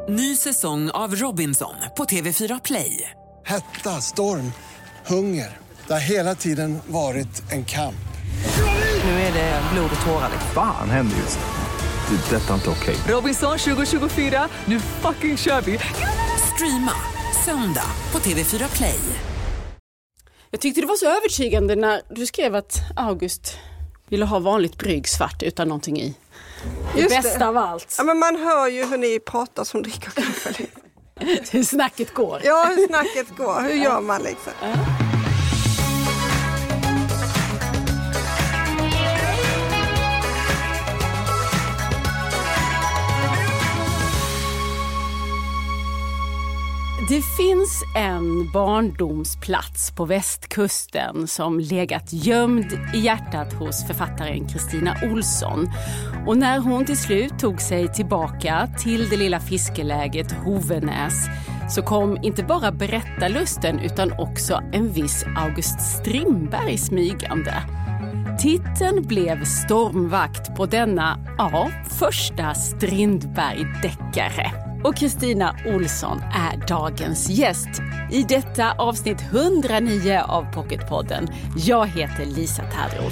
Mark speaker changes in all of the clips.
Speaker 1: Ny säsong av Robinson på TV4 Play.
Speaker 2: Hetta, storm, hunger. Det har hela tiden varit en kamp.
Speaker 1: Nu är det blod och tårar.
Speaker 3: Fan händer just nu. Det. Detta är inte okej.
Speaker 1: Robinson 2024, nu fucking kör vi. Streama söndag på TV4 Play.
Speaker 4: Jag tyckte det var så övertygande när du skrev att August ville ha vanligt bryggsvart utan någonting i. Det bästa av allt.
Speaker 5: Ja, men man hör ju hur ni pratar som dricker kaffe.
Speaker 4: Hur snacket går.
Speaker 5: Ja, hur snacket går. Hur gör man liksom?
Speaker 4: Det finns en barndomsplats på västkusten som legat gömd i hjärtat hos författaren Kristina Olsson. Och när hon till slut tog sig tillbaka till det lilla fiskeläget Hovenäs så kom inte bara berättarlusten utan också en viss August Strindberg smygande. Titeln blev Stormvakt på denna, första Strindberg-deckare. Och Kristina Olsson är dagens gäst i detta avsnitt 109 av Pocketpodden. Jag heter Lisa Tadroth.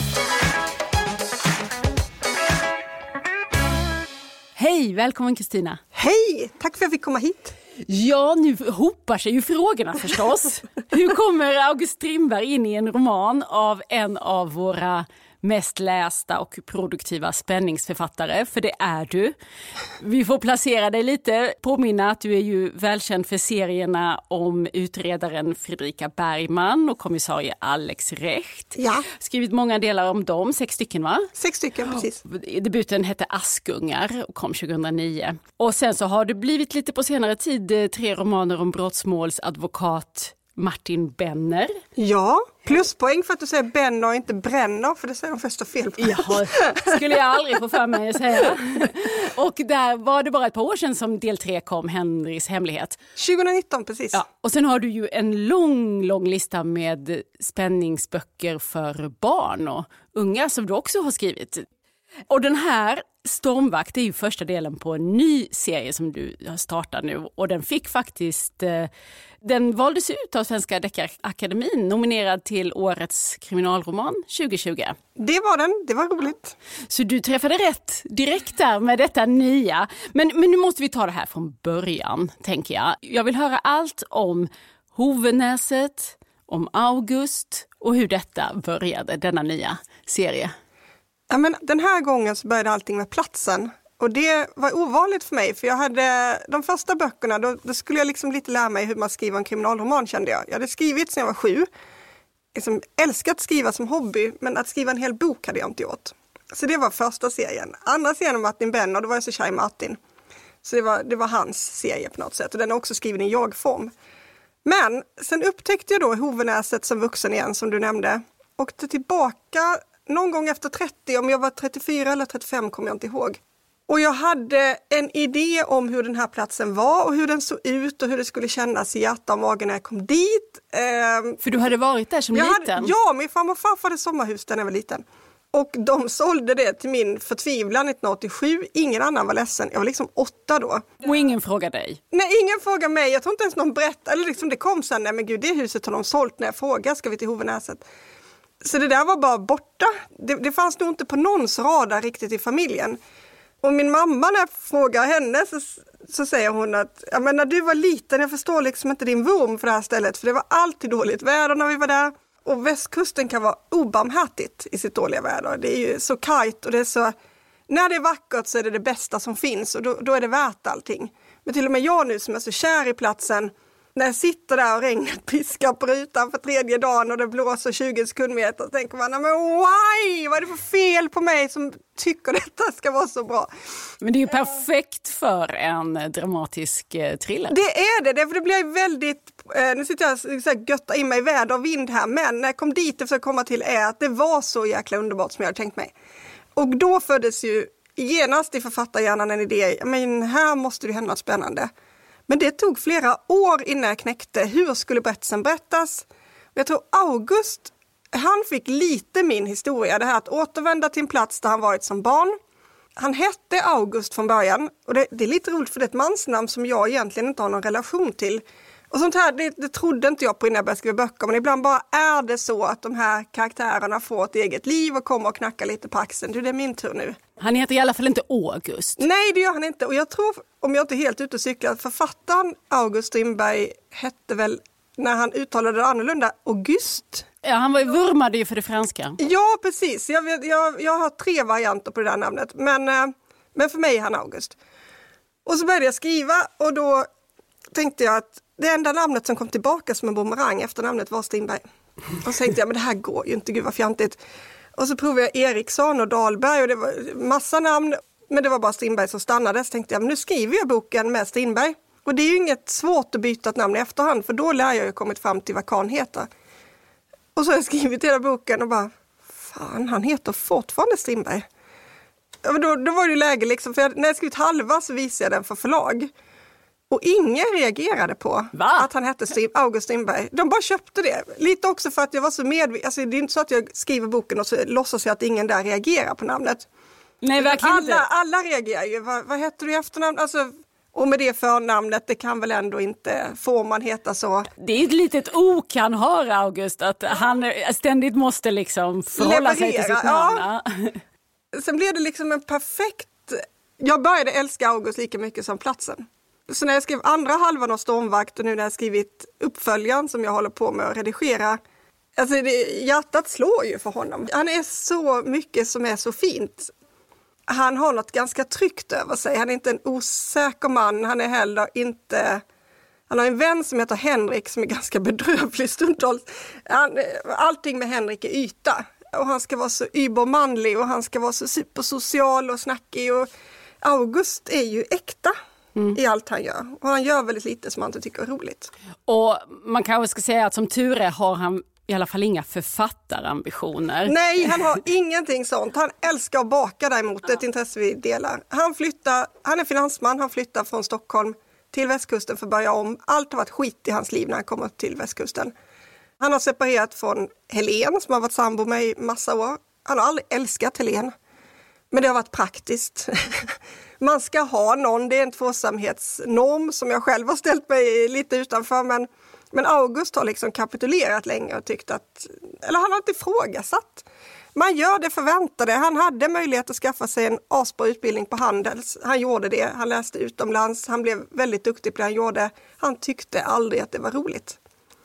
Speaker 4: Hej, välkommen Kristina.
Speaker 5: Hej, tack för att jag fick komma hit.
Speaker 4: Ja, nu hopar sig ju frågorna förstås. Hur kommer August Strindberg in i en roman av en av våra mest lästa och produktiva spänningsförfattare, för det är du. Vi får placera dig lite, påminna att du är ju välkänd för serierna om utredaren Fredrika Bergman och kommissarie Alex Recht.
Speaker 5: Ja.
Speaker 4: Skrivit många delar om dem, 6 stycken va?
Speaker 5: 6 stycken, precis.
Speaker 4: Debuten hette Askungar och kom 2009. Och sen så har det blivit lite på senare tid 3 romaner om brottsmålsadvokat Martin Benner.
Speaker 5: Ja, pluspoäng för att du säger Benner och inte Bränner, för det säger de flesta fel på.
Speaker 4: Ja, skulle jag aldrig få för mig att säga. Och där var det bara ett par år sedan som del 3 kom, Henrys hemlighet.
Speaker 5: 2019, precis.
Speaker 4: Ja, och sen har du ju en lång lista med spänningsböcker för barn och unga som du också har skrivit. Och den här Stormvakt är ju första delen på en ny serie som du har startat nu. Och den fick faktiskt, den valdes ut av Svenska Deckarakademin, nominerad till årets kriminalroman 2020.
Speaker 5: Det var den, det var roligt.
Speaker 4: Så du träffade rätt direkt där med detta nya. Men nu måste vi ta det här från början, tänker jag. Jag vill höra allt om Hovenäset, om August och hur detta började, denna nya serie.
Speaker 5: Ja, men den här gången så började allting med platsen. Och det var ovanligt för mig, för jag hade de första böckerna, då skulle jag liksom lite lära mig hur man skriver en kriminalroman, kände jag. Jag hade skrivit sedan jag var 7. Liksom älskat skriva som hobby, men att skriva en hel bok hade jag inte gjort. Så det var första serien. Andra serien var Martin Benner, då var jag så kär i Martin. Så det var hans serie på något sätt. Och den är också skriven i jag-form. Men sen upptäckte jag då Hovenäset som vuxen igen, som du nämnde. Åkte tillbaka någon gång efter 30, om jag var 34 eller 35 kommer jag inte ihåg. Och jag hade en idé om hur den här platsen var och hur den såg ut och hur det skulle kännas i hjärtat och magen när jag kom dit.
Speaker 4: För du hade varit där som liten?
Speaker 5: Ja, min farmor och farfar hade sommarhus när jag var liten. Och de sålde det till min förtvivlan 1987. Ingen annan var ledsen. Jag var liksom 8 då.
Speaker 4: Och ingen frågade dig? Nej,
Speaker 5: ingen frågade mig. Jag tror inte ens någon berättade. Eller liksom det kom sen, nej men gud, det huset har de sålt. När jag frågade, ska vi till Hovenäset? Så det där var bara borta. Det fanns nog inte på någons radar riktigt i familjen. Och min mamma, när jag frågar henne så säger hon att ja, men när du var liten, jag förstår liksom inte din vurm för det här stället. För det var alltid dåligt väder när vi var där. Och västkusten kan vara obarmhärtigt i sitt dåliga väder. Det är ju så kajt och det är så... När det är vackert så är det bästa som finns och då är det värt allting. Men till och med jag nu som är så kär i platsen, när jag sitter där och regnet piskar på rutan för 3:e dagen och det blåser 20 sekundmeter, så tänker man, men why? Vad är det för fel på mig som tycker detta ska vara så bra?
Speaker 4: Men det är ju perfekt för en dramatisk thriller.
Speaker 5: Det är det, för det blir väldigt... Nu sitter jag så här götta in mig i väder och vind här, men när jag kom dit och försökte komma till är att det var så jäkla underbart som jag hade tänkt mig. Och då föddes ju genast i författarhjärnan en idé, men här måste det hända något spännande. Men det tog flera år innan jag knäckte hur skulle berättelsen berättas. Jag tror August, han fick lite min historia. Det här att återvända till en plats där han varit som barn. Han hette August från början och det är lite roligt för det är ett mansnamn som jag egentligen inte har någon relation till. Och sånt här, det trodde inte jag på innan jag började skriva böcker, men ibland bara är det så att de här karaktärerna får ett eget liv och kommer och knackar lite på axeln. Det är min tur nu.
Speaker 4: Han heter i alla fall inte August.
Speaker 5: Nej, det gör han inte. Och jag tror, om jag inte är helt ute och cyklar, författaren August Strindberg hette väl, när han uttalade det annorlunda, August.
Speaker 4: Ja, han vurmade ju för det franska.
Speaker 5: Ja, precis. Jag har 3 varianter på det där namnet. Men för mig är han August. Och så började jag skriva och då tänkte jag att det enda namnet som kom tillbaka som en bumerang efter namnet var Strindberg. Och så tänkte jag, men det här går ju inte, gud vad fjantigt. Och så provade jag Eriksson och Dahlberg och det var massa namn. Men det var bara Strindberg som stannade. Så tänkte jag, men nu skriver jag boken med Strindberg. Och det är ju inget svårt att byta ett namn i efterhand, för då lär jag ju kommit fram till vad Kahn heter. Och så har jag skrivit hela boken och bara, fan, han heter fortfarande Strindberg. Då var det läge liksom, för när jag skrivit halva så visade jag den för förlag. Och ingen reagerade på att han hette August Strindberg. De bara köpte det. Lite också för att jag var så medveten. Alltså, det är inte så att jag skriver boken och så låtsas jag att ingen där reagerar på namnet.
Speaker 4: Nej, verkligen inte.
Speaker 5: Alla reagerar ju. Vad heter du i efternamn? Alltså, och med det förnamnet, det kan väl ändå inte, får man heta så.
Speaker 4: Det är ett litet ok han har, August, att han ständigt måste liksom förhålla sig till sitt namn. Ja.
Speaker 5: Sen blev det liksom en perfekt... Jag började älska August lika mycket som platsen. Så när jag skrev andra halvan av Stormvakt och nu när jag skrivit uppföljaren som jag håller på med att redigera, alltså hjärtat slår ju för honom. Han är så mycket som är så fint. Han har något ganska tryggt över sig. Han är inte en osäker man. Han är heller inte... Han har en vän som heter Henrik som är ganska bedrövlig stundtals. Allting med Henrik är yta. Och han ska vara så übermanlig och han ska vara så supersocial och snackig. Och August är ju äkta i allt han gör. Och han gör väldigt lite som han inte tycker är roligt.
Speaker 4: Och man kanske ska säga att som tur är har han i alla fall inga författarambitioner.
Speaker 5: Nej, han har ingenting sånt. Han älskar att baka däremot, ett intresse vi delar. Han är finansman, han flyttar från Stockholm till västkusten för att börja om. Allt har varit skit i hans liv när han kommer till västkusten. Han har separerat från Helen som har varit sambo med i massa år. Han har aldrig älskat Helen. Men det har varit praktiskt. Man ska ha någon, det är en tvåsamhetsnorm som jag själv har ställt mig lite utanför. Men August har liksom kapitulerat länge och tyckt att, eller han har inte ifrågasatt. Man gör det förväntade. Han hade möjlighet att skaffa sig en asbra utbildning på Handels. Han gjorde det. Han läste utomlands. Han blev väldigt duktig på det han gjorde. Han tyckte aldrig att det var roligt.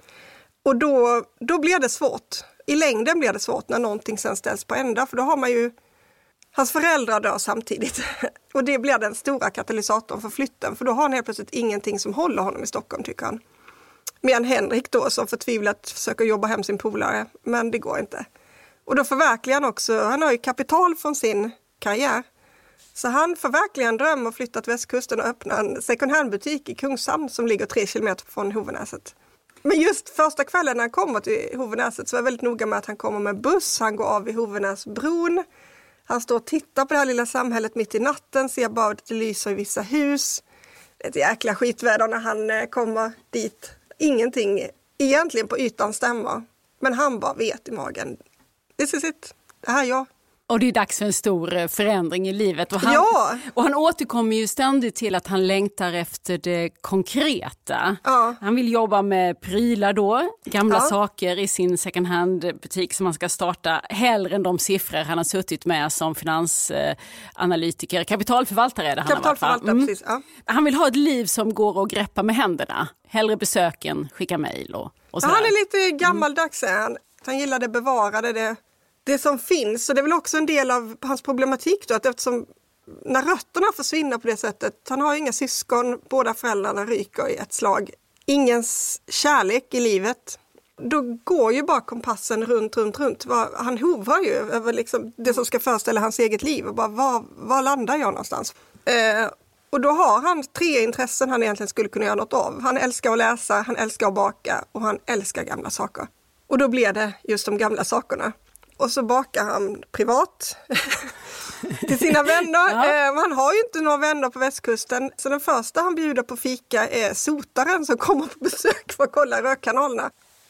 Speaker 5: Och då blir det svårt. I längden blir det svårt när någonting sen ställs på ända. För då har man ju... Hans föräldrar dör samtidigt. Och det blir den stora katalysatorn för flytten. För då har han helt plötsligt ingenting som håller honom i Stockholm, tycker han. Medan Henrik då som förtvivlat försöker jobba hem sin polare. Men det går inte. Och då förverkligar han också... Han har ju kapital från sin karriär. Så han förverkligar en dröm och flyttar till västkusten och öppnar en second hand-butik i Kungshamn som ligger 3 kilometer från Hovenäset. Men just första kvällen när han kommer till Hovenäset så är jag väldigt noga med att han kommer med buss. Han går av vid Hovenäsbron. Han står och tittar på det här lilla samhället mitt i natten. Ser bara att det lyser i vissa hus. Det är ett jäkla skitväder när han kommer dit. Ingenting egentligen på ytan stämmer. Men han bara vet i magen. This is it. Det här är jag.
Speaker 4: Och det är dags för en stor förändring i livet. Och han återkommer ju ständigt till att han längtar efter det konkreta. Ja. Han vill jobba med prylar då, gamla saker i sin second hand-butik som han ska starta. Hellre än de siffror han har suttit med som finansanalytiker. Kapitalförvaltare är det han har varit.
Speaker 5: Precis. Ja.
Speaker 4: Han vill ha ett liv som går att greppa med händerna. Hellre besök än skicka mejl och så.
Speaker 5: Han är lite gammaldags. Han gillade bevarade det som finns. Så det är väl också en del av hans problematik då, att eftersom när rötterna försvinner på det sättet, han har ju inga syskon, båda föräldrarna ryker i ett slag, ingens kärlek i livet, då går ju bara kompassen runt. Han hovar ju över liksom det som ska föreställa hans eget liv och bara var landar jag någonstans? Och då har han 3 intressen han egentligen skulle kunna göra något av. Han älskar att läsa, han älskar att baka och han älskar gamla saker. Och då blir det just de gamla sakerna. Och så bakar han privat till sina vänner. Han har ju inte några vänner på västkusten. Så den första han bjuder på fika är sotaren som kommer på besök för att kolla rökkanalerna.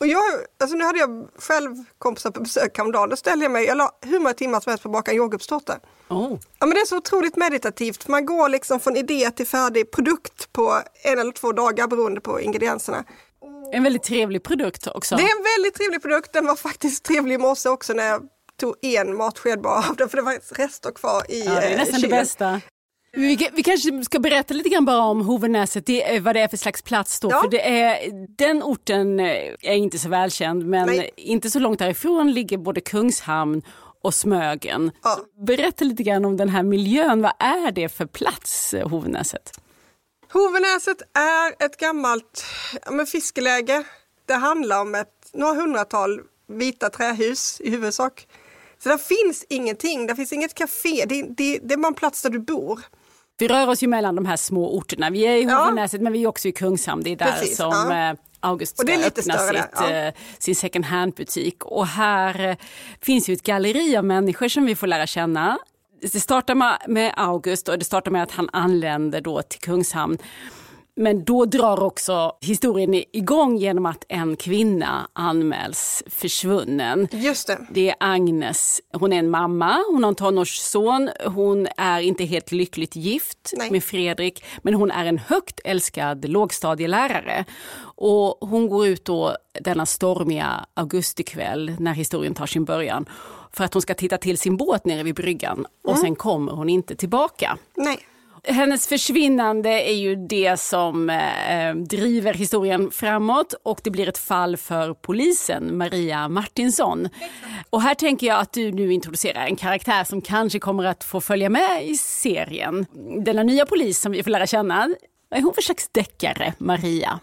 Speaker 5: Och nu hade jag själv kompisar på besök häromdagen. Då ställde jag mig, jag la hur många timmar som helst på att baka en jordgubbstårta. Ja, men det är så otroligt meditativt. Man går liksom från idé till färdig produkt på 1 eller 2 dagar beroende på ingredienserna.
Speaker 4: En väldigt trevlig produkt också.
Speaker 5: Det är en väldigt trevlig produkt. Den var faktiskt trevlig i morse också när jag tog en matsked bara av den. För det var rester kvar i
Speaker 4: det är nästan
Speaker 5: kylen.
Speaker 4: Det bästa. Vi kanske ska berätta lite grann bara om Hovernäset, vad det är för slags plats då. Ja. För den orten är inte så välkänd, men inte så långt därifrån ligger både Kungshamn och Smögen. Ja. Berätta lite grann om den här miljön. Vad är det för plats, Hovernäset?
Speaker 5: Hovernäset är ett gammalt fiskeläge. Det handlar om några 100-tal vita trähus i huvudsak. Så där finns ingenting, där finns inget café, det är bara en plats där du bor.
Speaker 4: Vi rör oss ju mellan de här små orterna. Vi är i Hovernäset men vi är också i Kungshamn. Det är där som August ska öppna sin second hand-butik. Och här finns ju ett galleri av människor som vi får lära känna. Det startar med August och det startar med att han anländer då till Kungshamn. Men då drar också historien igång genom att en kvinna anmäls försvunnen.
Speaker 5: Just det.
Speaker 4: Det är Agnes. Hon är en mamma, hon har en tonårsson. Hon är inte helt lyckligt gift med Fredrik. Men hon är en högt älskad lågstadielärare. Och hon går ut då denna stormiga augustikväll när historien tar sin början. För att hon ska titta till sin båt nere vid bryggan. Och sen kommer hon inte tillbaka.
Speaker 5: Nej.
Speaker 4: Hennes försvinnande är ju det som driver historien framåt och det blir ett fall för polisen, Maria Martinsson. Och här tänker jag att du nu introducerar en karaktär som kanske kommer att få följa med i serien. Denna nya polis som vi får lära känna, vad är hon för slags deckare, Maria?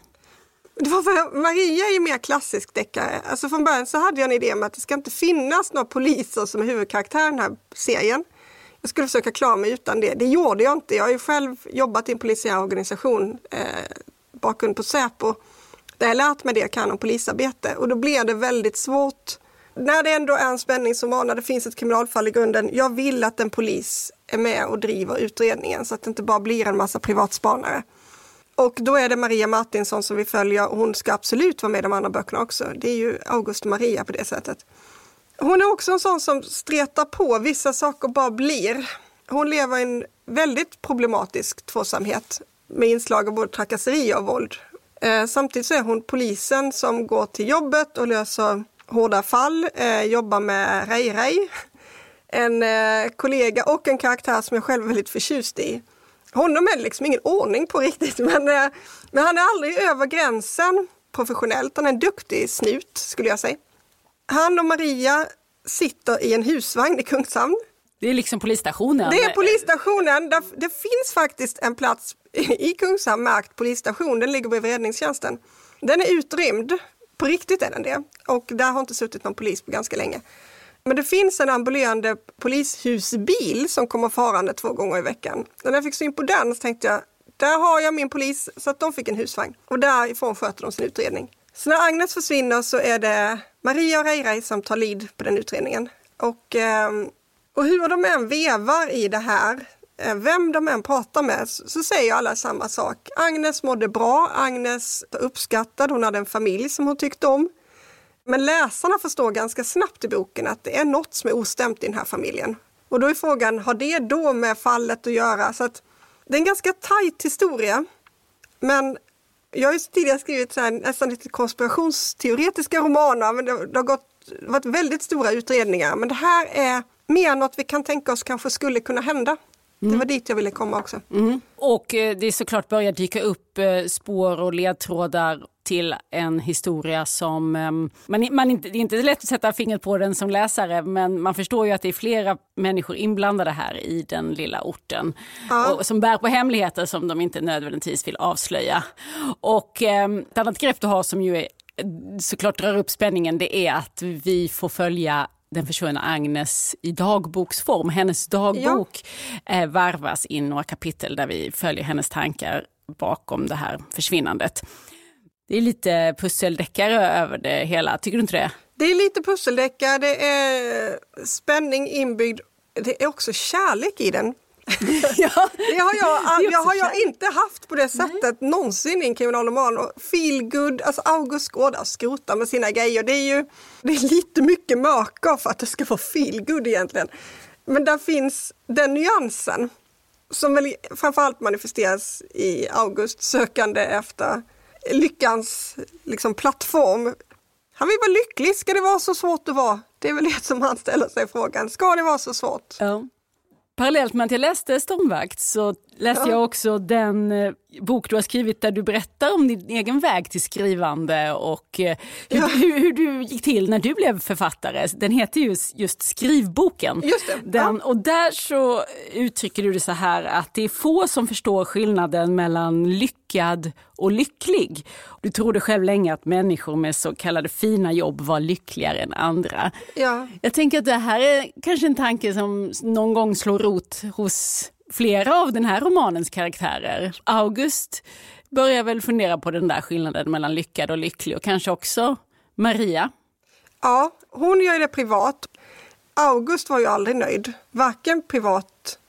Speaker 5: Maria är ju mer klassisk deckare. Alltså från början så hade jag en idé om att det ska inte finnas några poliser som är huvudkaraktär i den här serien. Jag skulle försöka klara mig utan det. Det gjorde jag inte. Jag har ju själv jobbat i en polisiär organisation, bakgrund på Säpo. Där jag lärt mig det jag kan om polisarbete. Och då blir det väldigt svårt. När det ändå är en spänningsroman, när det finns ett kriminalfall i grunden. Jag vill att en polis är med och driver utredningen så att det inte bara blir en massa privatspanare. Och då är det Maria Martinsson som vi följer och hon ska absolut vara med i de andra böckerna också. Det är ju August och Maria på det sättet. Hon är också en sån som stretar på, vissa saker bara blir. Hon lever i en väldigt problematisk tvåsamhet med inslag av både trakasserier och våld. Samtidigt så är hon polisen som går till jobbet och löser hårda fall, jobbar med Ray, en kollega och en karaktär som jag själv är väldigt förtjust i. Honom är liksom ingen ordning på riktigt, men han är aldrig över gränsen professionellt. Han är en duktig snut skulle jag säga. Han och Maria sitter i en husvagn i Kungshamn.
Speaker 4: Det är liksom polisstationen.
Speaker 5: Det är polisstationen. Det finns faktiskt en plats i Kungshamn märkt polisstation. Den ligger bredvid räddningstjänsten. Den är utrymd. På riktigt är den det. Och där har inte suttit någon polis på ganska länge. Men det finns en ambulerande polishusbil som kommer farande 2 gånger i veckan. När jag fick syn på den så tänkte jag, där har jag min polis så att de fick en husvagn. Och därifrån sköter de sin utredning. Så när Agnes försvinner så är det Maria och Ray som tar lead på den utredningen. Och hur de än vevar i det här, vem de än pratar med, så säger alla samma sak. Agnes mådde bra, Agnes var uppskattad, hon hade en familj som hon tyckte om. Men läsarna förstår ganska snabbt i boken att det är något som är ostämt i den här familjen. Och då är frågan, har det då med fallet att göra? Så att det är en ganska tajt historia, men jag har ju tidigare skrivit så här, nästan lite konspirationsteoretiska romaner, men det har varit väldigt stora utredningar. Men det här är mer något vi kan tänka oss kanske skulle kunna hända. Det var dit jag ville komma också.
Speaker 4: Och det är såklart börjar dyka upp spår och ledtrådar till en historia som det är inte lätt att sätta fingret på den som läsare, men man förstår ju att det är flera människor inblandade här i den lilla orten och som bär på hemligheter som de inte nödvändigtvis vill avslöja. Och ett annat grepp du har som ju såklart drar upp spänningen, det är att vi får följa den försvunna Agnes i dagboksform. Hennes dagbok varvas in några kapitel där vi följer hennes tankar bakom det här försvinnandet. Det är lite pusseldeckare över det hela, tycker du inte det?
Speaker 5: Det är lite pusseldeckare, det är spänning inbyggd. Det är också kärlek i den.
Speaker 4: Ja,
Speaker 5: det har jag inte haft på det sättet någonsin i en kriminalroman. Och feel good, alltså August går där och skrotar med sina grejer. Det är lite mycket mörker för att det ska vara feel good egentligen. Men där finns den nyansen som väl framförallt manifesteras i August sökande efter lyckans liksom, plattform. Han vill vara lycklig, ska det vara så svårt att vara? Det är väl det som han ställer sig frågan. Ska det vara så svårt?
Speaker 4: Ja. Parallellt med att jag läste Stormvakt så läste jag också den bok du har skrivit där du berättar om din egen väg till skrivande och hur du gick till när du blev författare. Den heter just Skrivboken.
Speaker 5: Just det.
Speaker 4: Och där så uttrycker du det så här att det är få som förstår skillnaden mellan lyckad och lycklig. Du trodde själv länge att människor med så kallade fina jobb var lyckligare än andra.
Speaker 5: Ja.
Speaker 4: Jag tänker att det här är kanske en tanke som någon gång slår rot hos flera av den här romanens karaktärer. August börjar väl fundera på den där skillnaden mellan lyckad och lycklig och kanske också Maria.
Speaker 5: Ja, hon gör det privat. August var ju aldrig nöjd, varken privat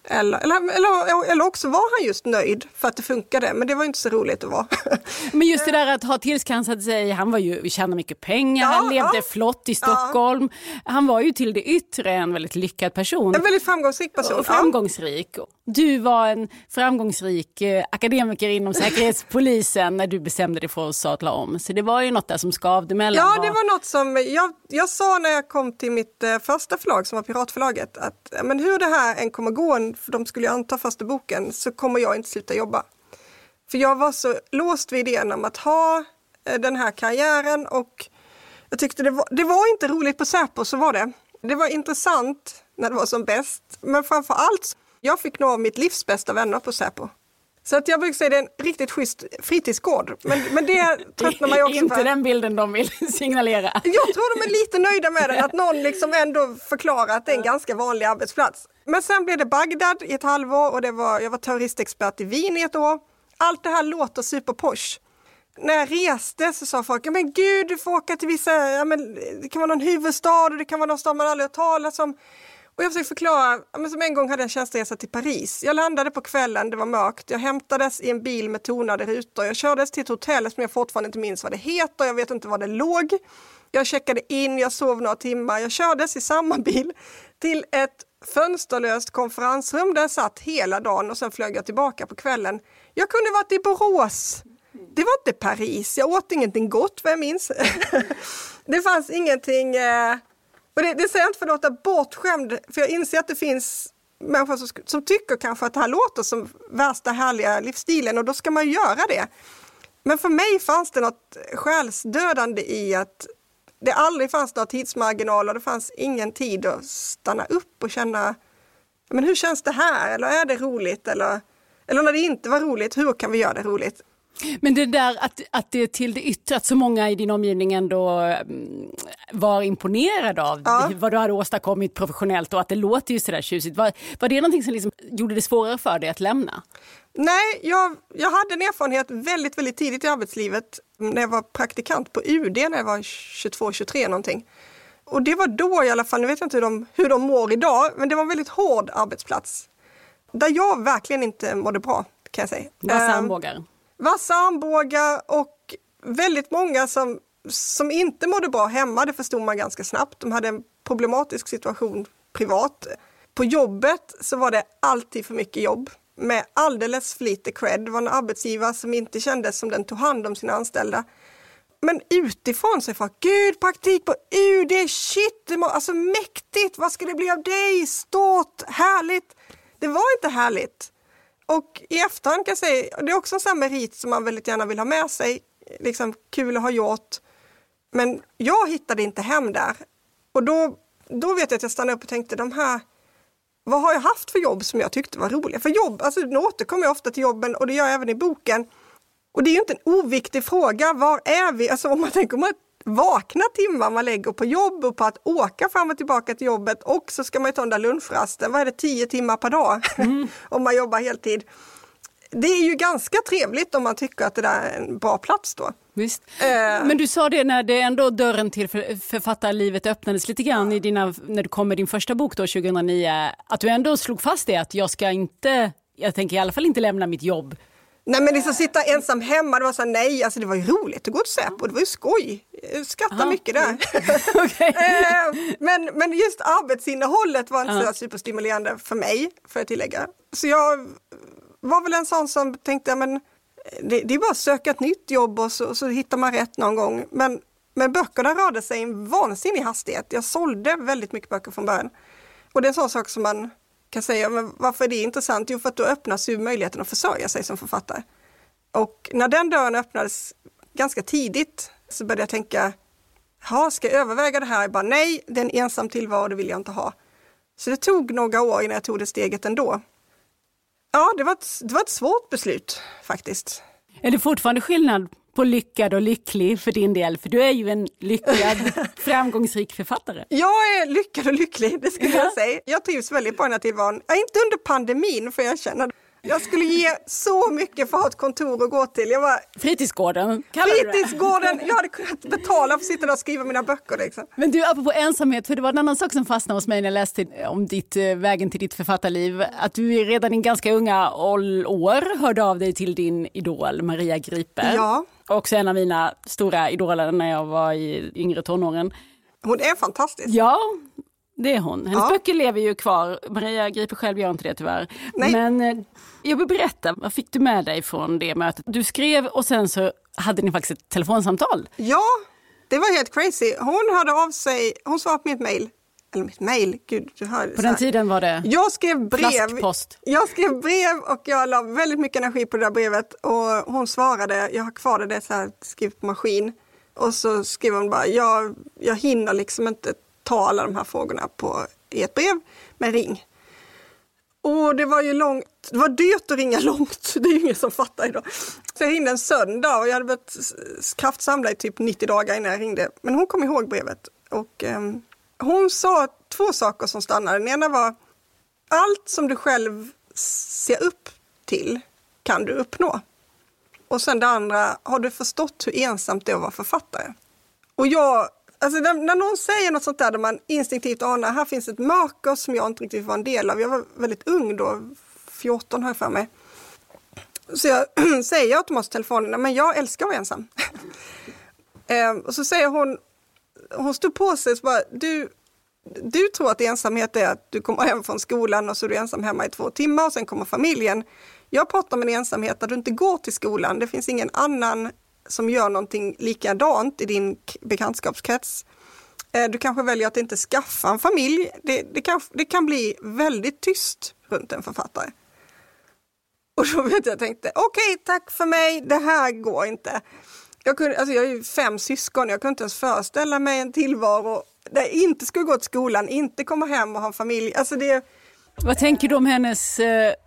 Speaker 5: eller också var han just nöjd för att det funkade, men det var inte så roligt att vara.
Speaker 4: Men just det där att ha tillskansat sig, han var ju tjänade mycket pengar, han levde flott i Stockholm. Han var ju till det yttre en väldigt lyckad person.
Speaker 5: En väldigt framgångsrik person.
Speaker 4: Framgångsrik. Du var en framgångsrik akademiker inom säkerhetspolisen när du bestämde dig för att sadla om. Så det var ju något där som skavde mellan.
Speaker 5: Ja, det var något som jag sa när jag kom till mitt första förlag som var Piratförlaget att men hur det här än kommer gå, för de skulle ju anta första boken, så kommer jag inte sluta jobba. För jag var så låst vid idén om att ha den här karriären och jag tyckte det var inte roligt på Säpo, så var det. Det var intressant när det var som bäst, men framför allt jag fick nå mitt livs bästa vänner på Säpo. Så att jag brukar säga det är en riktigt schysst fritidsgård. Men det tröttnar man ju också
Speaker 4: inte den bilden de vill signalera.
Speaker 5: Jag tror de är lite nöjda med den. Att någon liksom ändå förklarar att det är en ganska vanlig arbetsplats. Men sen blev det Bagdad i ett halvår och jag var terroristexpert i Wien i ett år. Allt det här låter superposh. När jag reste så sa folk, men gud, du får åka till vissa, det kan vara någon huvudstad och det kan vara någon stad man aldrig har talat om. Och jag försökte förklara, som en gång hade jag en tjänsteresa till Paris. Jag landade på kvällen, det var mörkt. Jag hämtades i en bil med tonade rutor. Jag kördes till ett hotell som jag fortfarande inte minns vad det heter. Jag vet inte vad det låg. Jag checkade in, jag sov några timmar. Jag kördes i samma bil till ett fönsterlöst konferensrum där jag satt hela dagen och sen flög jag tillbaka på kvällen. Jag kunde varit i Borås. Det var inte Paris. Jag åt ingenting gott, vad jag minns. Det fanns ingenting... Och det säger jag inte för att låta bortskämd, för jag inser att det finns människor som tycker kanske att det här låter som värsta härliga livsstilen och då ska man ju göra det. Men för mig fanns det något själsdödande i att det aldrig fanns några tidsmarginaler, det fanns ingen tid att stanna upp och känna, men hur känns det här? Eller är det roligt? Eller när det inte var roligt, hur kan vi göra det roligt?
Speaker 4: Men det där att det till det yttre, att så många i din omgivning ändå var imponerade av vad du hade åstadkommit professionellt och att det låter ju sådär tjusigt. Var det någonting som liksom gjorde det svårare för dig att lämna? Nej,
Speaker 5: jag hade en erfarenhet väldigt, väldigt tidigt i arbetslivet när jag var praktikant på UD när jag var 22-23 någonting. Och det var då i alla fall, nu vet jag inte hur de mår idag, men det var en väldigt hård arbetsplats. Där jag verkligen inte mådde bra, kan jag säga. Vassa armbågar och väldigt många som inte mådde bra hemma, det förstod man ganska snabbt. De hade en problematisk situation privat. På jobbet så var det alltid för mycket jobb med alldeles för lite cred. Det var en arbetsgivare som inte kändes som den tog hand om sina anställda. Men utifrån sig för gud, praktik på UD, shit, alltså mäktigt, vad ska det bli av dig? Stort, härligt. Det var inte härligt. Och i efterhand kan jag säga, det är också en sån merit som man väldigt gärna vill ha med sig. Liksom kul att ha gjort. Men jag hittade inte hem där. Och då vet jag att jag stannade upp och tänkte, vad har jag haft för jobb som jag tyckte var roliga? För jobb, alltså nu återkommer jag ofta till jobben och det gör jag även i boken. Och det är ju inte en oviktig fråga, var är vi? Alltså om man tänker om att vakna timmar man lägger på jobb och på att åka fram och tillbaka till jobbet och så ska man ju ta den där lunchrasten. Vad är det, 10 timmar per dag om man jobbar heltid? det är ju ganska trevligt om man tycker att det där är en bra plats då.
Speaker 4: Visst. Men du sa det när det ändå dörren till författarlivet öppnades lite grann när du kom med din första bok då 2009, att du ändå slog fast det att jag tänker i alla fall inte lämna mitt jobb.
Speaker 5: Nej, men liksom sitta ensam hemma, det var så här, nej, alltså det var ju roligt att gå till Säpo, det var ju skoj. Jag skrattar mycket där.
Speaker 4: Okay.
Speaker 5: Men just arbetsinnehållet var inte så superstimulerande för mig, för att tillägga. Så jag var väl en sån som tänkte, men det är bara att söka ett nytt jobb och så hittar man rätt någon gång. Men böckerna rörde sig i en vansinnig hastighet. Jag sålde väldigt mycket böcker från början. Och det är en sån sak som man kan säga, men varför är det intressant? Jo, för att då öppnas ju möjligheten att försörja sig som författare. Och när den dörren öppnades ganska tidigt så började jag tänka, ska jag överväga det här? Jag bara, nej, det är en ensam tillvaro, det vill jag inte ha. Så det tog några år innan jag tog det steget ändå. Ja, det var ett svårt beslut faktiskt.
Speaker 4: Är det fortfarande skillnad på lyckad och lycklig för din del? För du är ju en lyckad, framgångsrik författare.
Speaker 5: Jag är lyckad och lycklig, det skulle jag säga. Jag trivs väldigt på den här tillvaron. Inte under pandemin, för jag känner jag skulle ge så mycket för att ha ett kontor att gå till.
Speaker 4: Fritidsgården,
Speaker 5: Fritidsgården, jag hade kunnat betala för att sitta där och skriva mina böcker. Liksom.
Speaker 4: Men du, apropå ensamhet, för det var en annan sak som fastnade hos mig när jag läste om vägen till ditt författarliv. Att du redan i ganska unga år hörde av dig till din idol Maria Gripe.
Speaker 5: Ja.
Speaker 4: Också en av mina stora idoler när jag var i yngre tonåren.
Speaker 5: Hon är fantastisk.
Speaker 4: Ja, det är hon. Hennes böcker lever ju kvar. Maria Gripe själv gör inte det tyvärr.
Speaker 5: Nej.
Speaker 4: Men jag vill berätta, vad fick du med dig från det mötet? Du skrev och sen så hade ni faktiskt ett telefonsamtal.
Speaker 5: Ja, det var helt crazy. Hon hörde av sig, hon svarade på mitt mejl. Eller mitt mejl, gud. Du hör,
Speaker 4: på den tiden var det
Speaker 5: jag skrev brev.
Speaker 4: Flaskpost.
Speaker 5: Jag skrev brev och jag la väldigt mycket energi på det där brevet. Och hon svarade, jag har kvar det så här skrivet på maskin. Och så skrev hon bara, jag hinner liksom inte ta alla de här frågorna i ett brev, men ring. Och det var ju långt, det var dyrt att ringa långt, det är ju ingen som fattar idag. Så jag ringde en söndag och jag hade börjat kraftsamla i typ 90 dagar innan jag ringde. Men hon kom ihåg brevet och hon sa 2 saker som stannade. Den ena var, allt som du själv ser upp till kan du uppnå. Och sen det andra, har du förstått hur ensamt det är att vara författare? Och alltså när någon säger något sånt där man instinktivt anar, här finns ett mörker som jag inte riktigt var en del av. Jag var väldigt ung då, 14 här för mig. Så jag säger automatiskt i telefonen, men jag älskar att vara ensam. Och så säger hon stod på sig och bara, du tror att ensamhet är att du kommer hem från skolan och så är du ensam hemma i 2 timmar och sen kommer familjen. Jag pratar om en ensamhet där du inte går till skolan. Det finns ingen annan som gör någonting likadant i din bekantskapskrets. Du kanske väljer att inte skaffa en familj. Det kan bli väldigt tyst runt en författare. Och då tänkte okej, tack för mig. Det här går inte. Jag är ju 5 syskon. Jag kunde inte ens föreställa mig en tillvaro där jag inte skulle gå till skolan, inte komma hem och ha en familj. Alltså
Speaker 4: Vad tänker du om hennes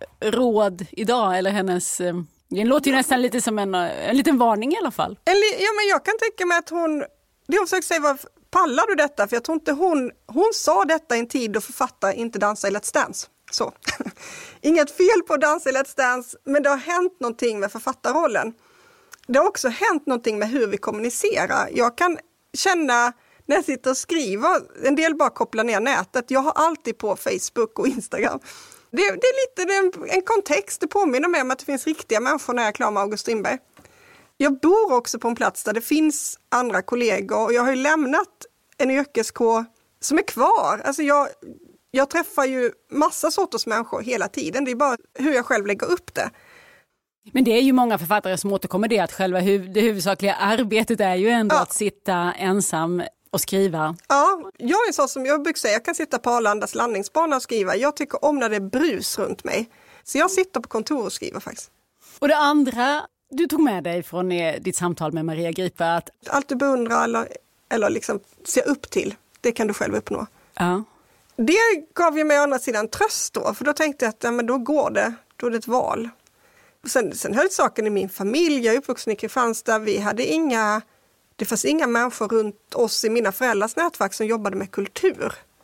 Speaker 4: råd idag? Eller hennes... Det låter ju nästan lite som en liten varning i alla fall.
Speaker 5: Men jag kan tänka mig att det hon försöker säga, pallar du detta? För jag tror inte hon sa detta i en tid då författare inte dansar i Let's Dance. Så. Inget fel på att dansa i Let's Dance, men det har hänt någonting med författarrollen. Det har också hänt någonting med hur vi kommunicerar. Jag kan känna när jag sitter och skriver, en del bara kopplar ner nätet. Jag har alltid på Facebook och Instagram. Det är lite en kontext, det påminner mig om att det finns riktiga människor när jag är klar med August Strindberg. Jag bor också på en plats där det finns andra kollegor och jag har ju lämnat en yrkeskår som är kvar. Alltså jag träffar ju massa sorters människor hela tiden, det är bara hur jag själv lägger upp det.
Speaker 4: Men det är ju många författare som återkommer det att själva det huvudsakliga arbetet är ju ändå att sitta ensam och skriva.
Speaker 5: Ja, jag är så som jag brukar säga, jag kan sitta på Arlandas landningsbana och skriva. Jag tycker om när det är brus runt mig. Så jag sitter på kontor och skriver faktiskt.
Speaker 4: Och det andra du tog med dig från ditt samtal med Maria Gripe att...
Speaker 5: Allt du beundrar eller liksom ser upp till, det kan du själv uppnå.
Speaker 4: Ja.
Speaker 5: Det gav ju mig å andra sidan tröst då, för då tänkte jag att men då går det, då är det ett val. Sen höll saken i min familj, jag är uppvuxen i Kristianstad, det fanns inga människor runt oss i mina föräldrars nätverk som jobbade med kultur.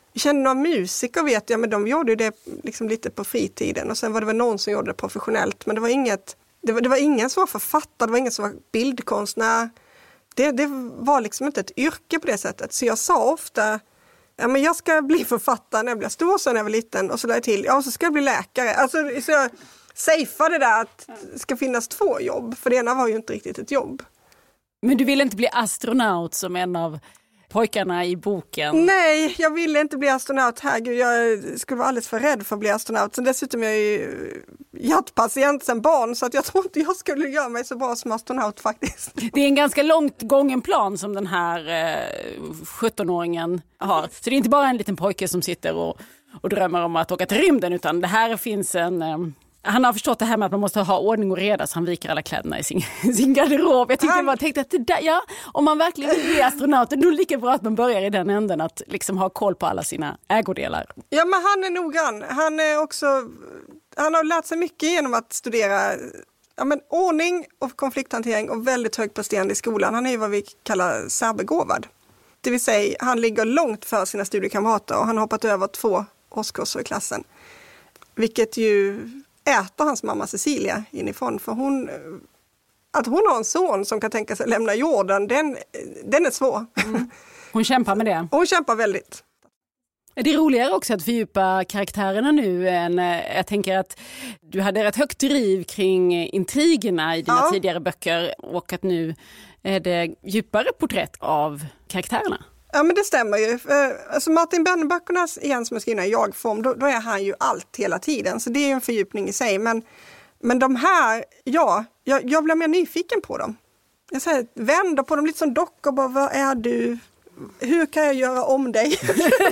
Speaker 5: Jag kände några musiker vet jag, men de gjorde det liksom lite på fritiden. Och sen var det väl någon som gjorde det professionellt. Men det var ingen som var författare, det var ingen som var bildkonstnär. Det var liksom inte ett yrke på det sättet. Så jag sa ofta, ja men jag ska bli författare när jag blir stor, så när jag var liten. Och så lade jag till, ja så ska jag bli läkare. Alltså så jag safeade det där att det ska finnas 2 jobb. För det ena var ju inte riktigt ett jobb.
Speaker 4: Men du ville inte bli astronaut som en av pojkarna i boken?
Speaker 5: Nej, jag ville inte bli astronaut. Herregud, jag skulle vara alldeles för rädd för att bli astronaut. Sen dessutom är jag ju hjärtpatient sen barn, så att jag tror inte jag skulle göra mig så bra som astronaut faktiskt.
Speaker 4: Det är en ganska långt gången plan som den här 17-åringen har. Så det är inte bara en liten pojke som sitter och drömmer om att åka till rymden, utan det här finns en... Han har förstått det här med att man måste ha ordning och reda, så han viker alla kläderna i sin garderob. Jag tänkte att det där, ja, om man verkligen vill bli astronaut, då är det lika bra att man börjar i den änden, att liksom ha koll på alla sina ägodelar.
Speaker 5: Ja, men han är noggrann. Han har lärt sig mycket genom att studera ordning och konflikthantering och väldigt högpresterande i skolan. Han är ju vad vi kallar särbegåvad. Det vill säga, han ligger långt för sina studiekamrater och han har hoppat över 2 årskurser i klassen. Vilket ju äter hans mamma Cecilia inifrån, för att hon har en son som kan tänka sig att lämna jorden, den är svår.
Speaker 4: Mm. Hon kämpar med det.
Speaker 5: Hon kämpar väldigt.
Speaker 4: Det är roligare också att fördjupa karaktärerna nu än, jag tänker att du hade ett högt driv kring intrigerna i dina tidigare böcker, och att nu är det djupare porträtt av karaktärerna. Ja, men det stämmer ju. Alltså Martin Benner-böckernas igen som är skrivna i jag-form, då är han ju allt hela tiden. Så det är ju en fördjupning i sig. Men de här, jag blir mer nyfiken på dem. Jag säger, vänder på dem lite som dockor. Bara, vad är du? Hur kan jag göra om dig?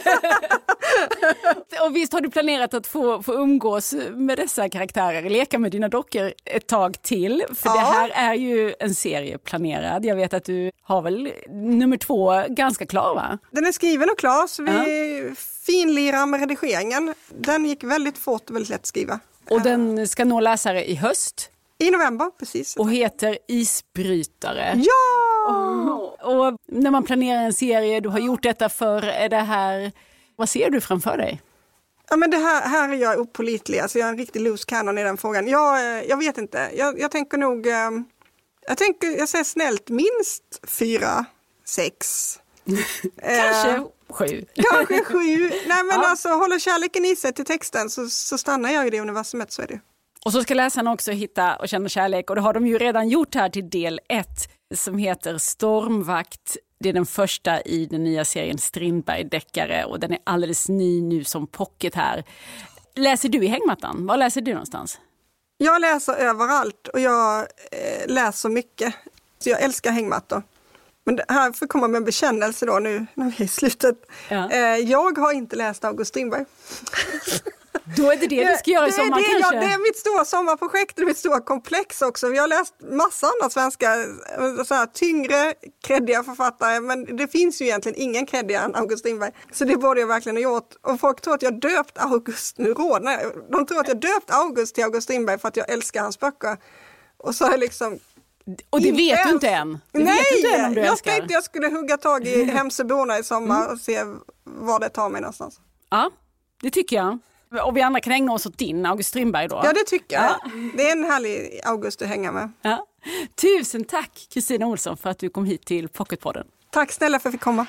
Speaker 4: Och visst har du planerat att få umgås med dessa karaktärer, leka med dina dockor ett tag till? För det här är ju en serie planerad. Jag vet att du har väl nummer 2 ganska klar, va?
Speaker 5: Den är skriven och klar, så vi finlirar med redigeringen. Den gick väldigt fort och väldigt lätt att skriva.
Speaker 4: Och den ska nå läsare i höst?
Speaker 5: I november, precis.
Speaker 4: Och heter Isbrytare.
Speaker 5: Ja!
Speaker 4: Och när man planerar en serie, du har gjort detta för, är det här, vad ser du framför dig?
Speaker 5: Ja, men det här är jag opålitlig. Alltså jag är en riktig loose cannon i den frågan. Jag vet inte. Jag tänker nog, jag säger snällt minst 4, 6.
Speaker 4: Kanske 7.
Speaker 5: Kanske 7. Nej, men alltså håller kärleken i sig till texten så stannar jag i det universumet, så är det.
Speaker 4: Och så ska läsarna också hitta och känna kärlek, och det har de ju redan gjort här till del 1 som heter Stormvakt. Det är den första i den nya serien Strindberg-deckare, och den är alldeles ny nu som pocket här. Läser du i hängmattan? Var läser du någonstans?
Speaker 5: Jag läser överallt och jag läser mycket. Så jag älskar hängmattor. Men här får komma med en bekännelse då nu när vi är i slutet. Ja. Jag har inte läst August Strindberg.
Speaker 4: Då är det du ska göra i sommar kanske?
Speaker 5: Det är mitt stora sommarprojekt, det är mitt stora komplex också. Jag har läst massa andra svenska så här, tyngre, kreddiga författare, men det finns ju egentligen ingen kreddigare än August Strindberg. Så det borde jag verkligen ha gjort. Och folk tror att jag döpt August, de tror att jag döpt August till August Strindberg för att jag älskar hans böcker. Och så är liksom...
Speaker 4: Och det vet du inte än?
Speaker 5: Jag tänkte jag skulle hugga tag i Hemsöborna i sommar och se var det tar mig någonstans.
Speaker 4: Ja, det tycker jag. Och vi andra kan ägna oss åt din August Strindberg då.
Speaker 5: Ja, det tycker jag. Ja. Det är en härlig August att hänga med.
Speaker 4: Ja. Tusen tack Kristina Olsson för att du kom hit till Pocketpodden.
Speaker 5: Tack snälla för att vi fick komma.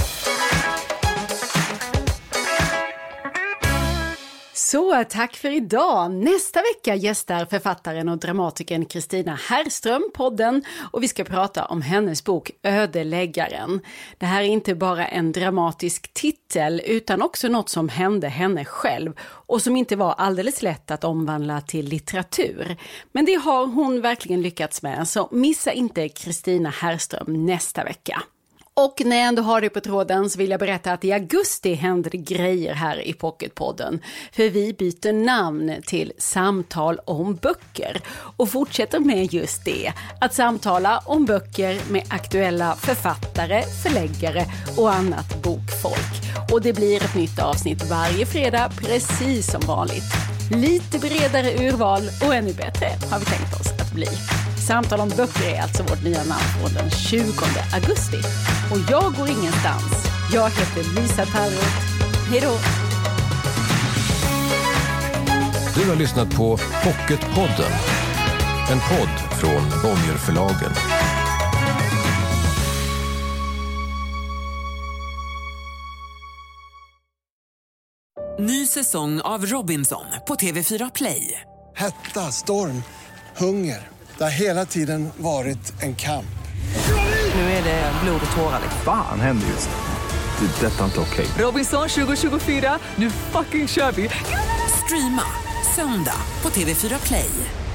Speaker 4: Så tack för idag. Nästa vecka gästar författaren och dramatikern Kristina Herrström podden, och vi ska prata om hennes bok Ödeläggaren. Det här är inte bara en dramatisk titel utan också något som hände henne själv och som inte var alldeles lätt att omvandla till litteratur. Men det har hon verkligen lyckats med, så missa inte Kristina Herrström nästa vecka. Och när jag ändå har det på tråden så vill jag berätta att i augusti händer det grejer här i Pocketpodden. För vi byter namn till Samtal om böcker och fortsätter med just det. Att samtala om böcker med aktuella författare, förläggare och annat bokfolk. Och det blir ett nytt avsnitt varje fredag precis som vanligt. Lite bredare urval och ännu bättre har vi tänkt oss att bli. Samtal om böcker är alltså vårt nya namn från den 20 augusti. Och jag går ingenstans. Jag heter Lisa Tarrot. Hej då!
Speaker 6: Du har lyssnat på Pocketpodden. En podd från Bonnierförlagen.
Speaker 1: Ny säsong av Robinson på TV4 Play.
Speaker 2: Hetta, storm, hunger. Det har hela tiden varit en kamp.
Speaker 1: Nu är det blod och tårar.
Speaker 3: Fan händer just nu. Det. Detta är inte okej.
Speaker 1: Robinson 2024, nu fucking kör vi! Streama söndag på TV4 Play.